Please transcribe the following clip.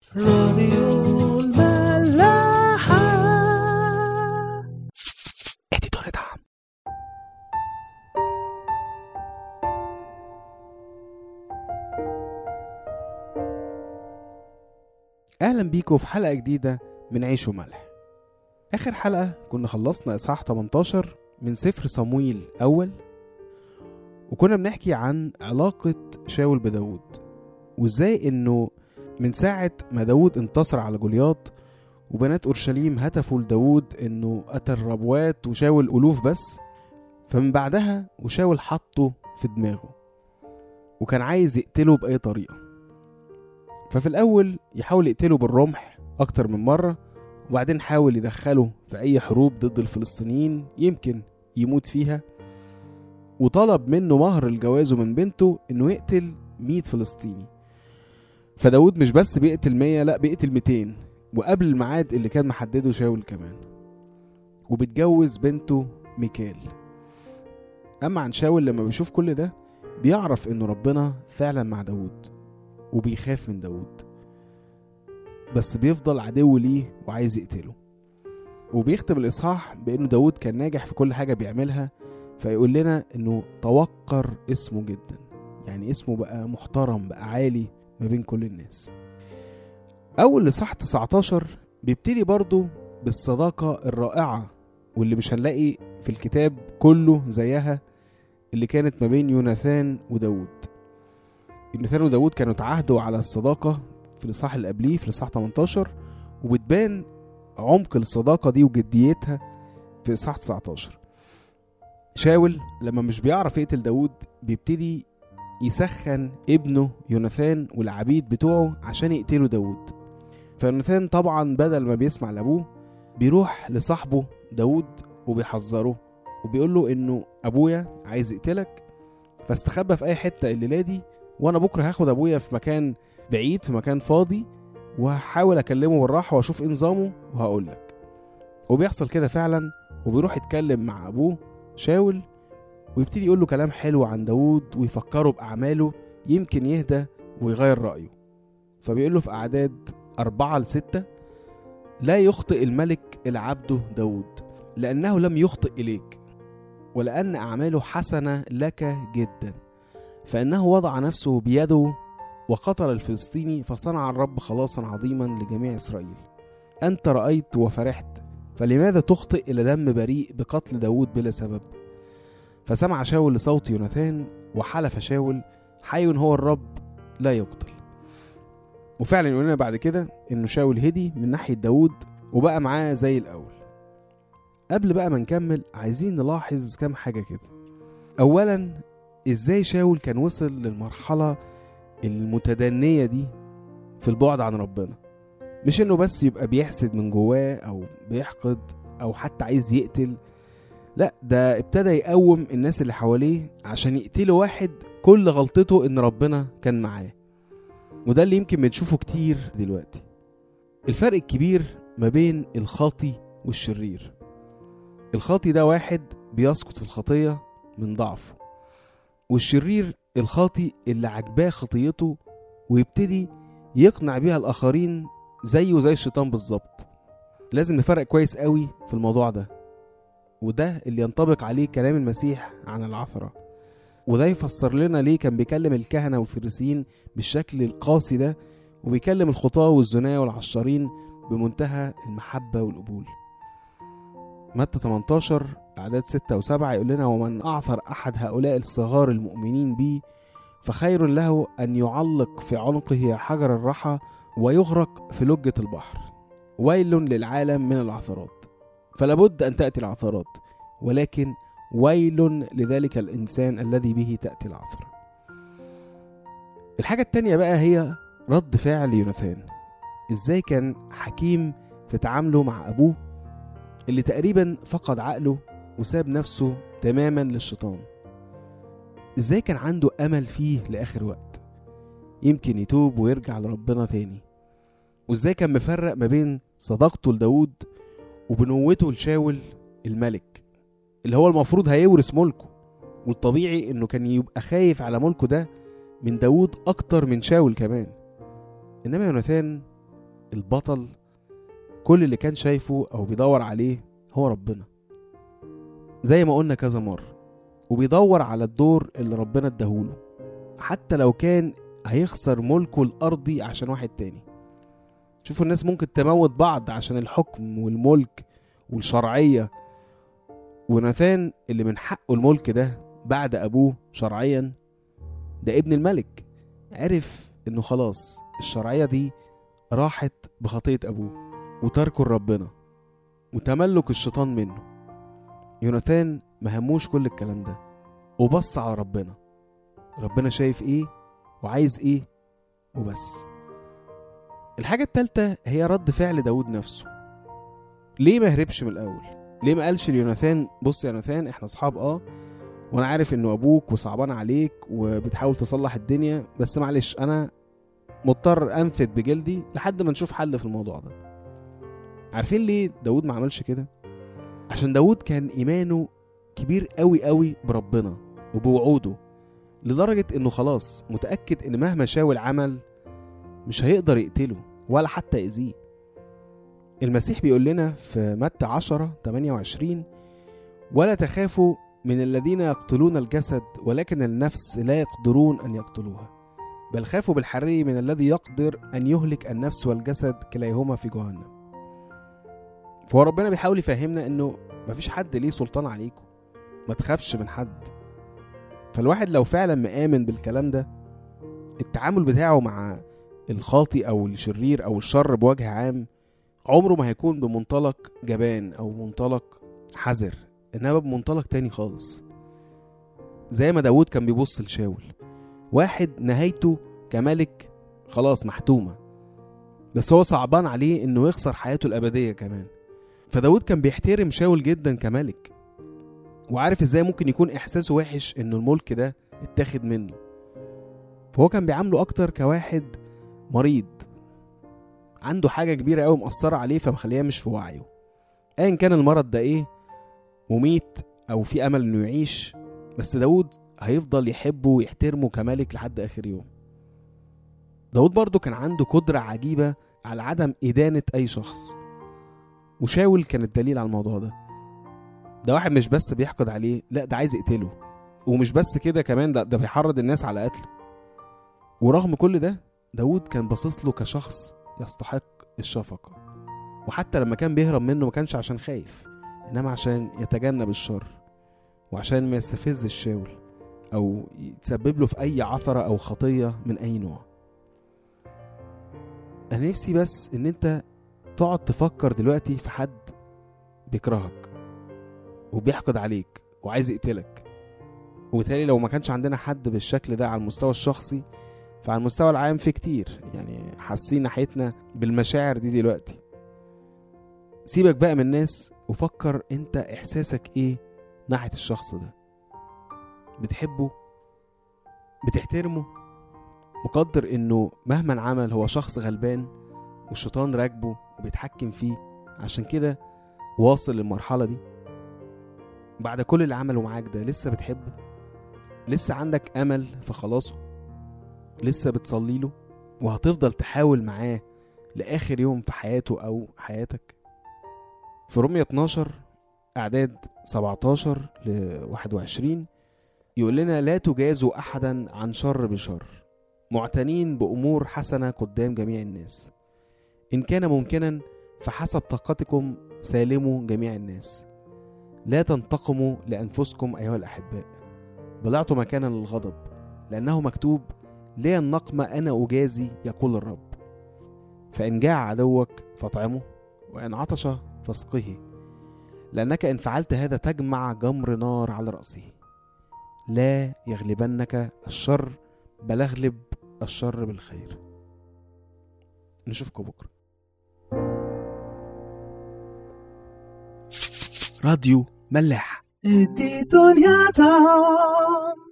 راديو الملاحة. اديتور دعم. اهلا بيكم في حلقة جديدة من عيش وملح. اخر حلقة كنا خلصنا اصحاح 18 من سفر صمويل اول، وكنا بنحكي عن علاقة شاول بداود، وازاي انه من ساعة ما داود انتصر على جولياط وبنات اورشليم هتفوا لداود انه قتل ربوات وشاول الوف بس، فمن بعدها وشاول حطه في دماغه وكان عايز يقتله بأي طريقة. ففي الأول يحاول يقتله بالرمح أكتر من مرة، وبعدين حاول يدخله في أي حروب ضد الفلسطينيين يمكن يموت فيها، وطلب منه مهر الجواز من بنته إنه يقتل 100 فلسطيني. فداود مش بس بيقتل 100، لا بيقتل 200 وقبل الميعاد اللي كان محدده شاول كمان، وبتجوز بنته ميكال. أما عن شاول لما بيشوف كل ده بيعرف إنه ربنا فعلا مع داود وبيخاف من داود، بس بيفضل عدو ليه وعايز يقتله. وبيختم الإصحاح بإنه داود كان ناجح في كل حاجة بيعملها، فيقول لنا إنه توقر اسمه جدا، يعني اسمه بقى محترم، بقى عالي ما بين كل الناس. أول إصحاح 19 بيبتدي برضو بالصداقة الرائعة واللي مش هنلاقي في الكتاب كله زيها، اللي كانت ما بين يوناثان وداود. يوناثان وداود كانوا تعاهدوا على الصداقة في الإصحاح اللي قبليه في الإصحاح 18، وبتبان عمق الصداقة دي وجديتها في إصحاح 19. شاول لما مش بيعرف يقتل داود بيبتدي يسخن ابنه يوناثان والعبيد بتوعه عشان يقتلوا داود. فيوناثان طبعا بدل ما بيسمع لأبوه بيروح لصاحبه داود وبيحذره وبيقول له إنه أبويا عايز يقتلك، فاستخبى في أي حتة الليلة دي، وأنا بكرة هاخد أبويا في مكان بعيد، في مكان فاضي، وهحاول أكلمه بالراحة وأشوف إيه نظامه وهقولك. وبيحصل كده فعلا، وبيروح يتكلم مع أبوه شاول ويبتدي يقول له كلام حلو عن داود ويفكره بأعماله يمكن يهدى ويغير رأيه. فبيقول له في أعداد 4-6: لا يخطئ الملك العبد داود، لأنه لم يخطئ إليك، ولأن أعماله حسنة لك جدا، فإنه وضع نفسه بيده وقتل الفلسطيني، فصنع الرب خلاصا عظيما لجميع إسرائيل. أنت رأيت وفرحت، فلماذا تخطئ إلى دم بريء بقتل داود بلا سبب؟ فسمع شاول لصوت يوناثان وحلف شاول: حي هو الرب لا يقتل. وفعلا يقول لنا بعد كده إنه شاول هدي من ناحية داود وبقى معاه زي الأول. قبل بقى ما نكمل عايزين نلاحظ كام حاجة كده. أولا، إزاي شاول كان وصل للمرحلة المتدنية دي في البعد عن ربنا. مش إنه بس يبقى بيحسد من جواه أو بيحقد أو حتى عايز يقتل، لا، ده ابتدى يقوم الناس اللي حواليه عشان يقتلوا واحد كل غلطته إن ربنا كان معاه. وده اللي يمكن بنشوفه كتير دلوقتي، الفرق الكبير ما بين الخاطي والشرير. الخاطي ده واحد بيسقط في الخطية من ضعفه، والشرير الخاطي اللي عجباه خطيته ويبتدي يقنع بيها الآخرين زيه زي الشيطان بالظبط. لازم نفرق كويس قوي في الموضوع ده، وده اللي ينطبق عليه كلام المسيح عن العثرة، وده يفسر لنا ليه كان بيكلم الكهنة والفريسيين بالشكل القاسي ده، وبيكلم الخطاة والزناة والعشارين بمنتهى المحبة والقبول. متى 18 أعداد 6-7 يقول لنا: ومن أعثر أحد هؤلاء الصغار المؤمنين بي فخير له أن يعلق في عنقه حجر الرحى ويغرق في لجة البحر. ويل للعالم من العثرات، فلابد أن تأتي العثرات، ولكن ويل لذلك الإنسان الذي به تأتي العثرة. الحاجة التانية بقى هي رد فعل يوناثان. إزاي كان حكيم في تعامله مع أبوه اللي تقريبا فقد عقله وساب نفسه تماما للشيطان. إزاي كان عنده أمل فيه لآخر وقت يمكن يتوب ويرجع لربنا تاني. وإزاي كان مفرق ما بين صداقته لداود وبنوته لشاول الملك اللي هو المفروض هيورث ملكه، والطبيعي انه كان يبقى خايف على ملكه ده من داود اكتر من شاول كمان. انما يوناثان البطل كل اللي كان شايفه أو بيدور عليه هو ربنا، زي ما قلنا كذا مرة، وبيدور على الدور اللي ربنا اداهوله حتى لو كان هيخسر ملكه الأرضي عشان واحد تاني. شوفوا الناس ممكن تموت بعض عشان الحكم والملك والشرعية، وناثان اللي من حقه الملك ده بعد أبوه شرعيا، ده ابن الملك، عرف انه خلاص الشرعية دي راحت بخطية أبوه وتركه لربنا وتملك الشيطان منه. يوناثان مهموش كل الكلام ده، وبص على ربنا، ربنا شايف ايه وعايز ايه وبس. الحاجة التالتة هي رد فعل داود نفسه. ليه ما هربش من الأول؟ ليه ما قالش ليوناثان بص يا يوناثان احنا اصحاب وانا عارف انه ابوك وصعبان عليك وبتحاول تصلح الدنيا، بس معلش انا مضطر انفد بجلدي لحد ما نشوف حل في الموضوع ده. عارفين ليه داود ما عملش كده؟ عشان داود كان ايمانه كبير قوي قوي بربنا وبوعوده، لدرجة انه خلاص متأكد ان مهما شاول عمل مش هيقدر يقتله ولا حتى يأذيه. المسيح بيقول لنا في متى 10:28 ولا تخافوا من الذين يقتلون الجسد ولكن النفس لا يقدرون أن يقتلوها، بل خافوا بالحري من الذي يقدر أن يهلك النفس والجسد كليهما في جهنم. فهو ربنا بيحاول يفهمنا أنه مفيش حد ليه سلطان عليكم، ما تخافش من حد. فالواحد لو فعلا مآمن بالكلام ده، التعامل بتاعه مع الخاطئ أو الشرير أو الشر بوجه عام عمره ما هيكون بمنطلق جبان أو منطلق حذر، إنما بمنطلق تاني خالص. زي ما داود كان بيبص لشاول، واحد نهايته كملك خلاص محتومة، بس هو صعبان عليه إنه يخسر حياته الأبدية كمان. فداود كان بيحترم شاول جدا كملك، وعارف إزاي ممكن يكون إحساسه وحش إنه الملك ده اتاخد منه. فهو كان بيعامله أكتر كواحد مريض عنده حاجة كبيرة قوي مأثرة عليه فمخليه مش في وعيه، أيا كان المرض ده إيه، مميت أو في أمل إنه يعيش، بس داود هيفضل يحبه ويحترمه كملك لحد آخر يوم. داود برضو كان عنده قدرة عجيبة على عدم إدانة أي شخص، وشاول كان الدليل على الموضوع ده واحد مش بس بيحقد عليه، لا ده عايز يقتله، ومش بس كده كمان ده بيحرض الناس على قتله. ورغم كل ده داود كان باصص له كشخص يستحق الشفقة، وحتى لما كان بيهرب منه ما كانش عشان خايف، إنما عشان يتجنب الشر وعشان ما يستفز الشاول أو يتسبب له في أي عثرة أو خطية من أي نوع. أنا نفسي بس إن أنت تقعد تفكر دلوقتي في حد بيكرهك وبيحقد عليك وعايز يقتلك، وبالتالي لو ما كانش عندنا حد بالشكل ده على المستوى الشخصي، فعلى المستوى العام في كتير يعني حاسين ناحيتنا بالمشاعر دي دلوقتي. سيبك بقى من الناس وفكر انت احساسك ايه ناحية الشخص ده. بتحبه؟ بتحترمه؟ مقدر انه مهما عمل هو شخص غلبان والشيطان راكبه وبيتحكم فيه، عشان كده واصل للمرحلة دي؟ بعد كل اللي عمله معاك ده لسه بتحبه؟ لسه عندك امل في خلاصه؟ لسه بتصلي له وهتفضل تحاول معاه لآخر يوم في حياته أو حياتك؟ في رومية 12 أعداد 17-21 يقول لنا لا تجازوا أحدا عن شر بشر، معتنين بأمور حسنة قدام جميع الناس، إن كان ممكنا فحسب طاقتكم سالموا جميع الناس، لا تنتقموا لأنفسكم أيها الأحباء، بل اعطوا مكانا للغضب، لأنه مكتوب لا النقمة أنا أجازي يقول الرب. فإن جاع عدوك فاطعمه، وإن عطش فاسقه، لأنك إن فعلت هذا تجمع جمر نار على رأسه. لا يغلبنك الشر بل اغلب الشر بالخير. نشوفكم بكرة. راديو ملاح. دي دنيا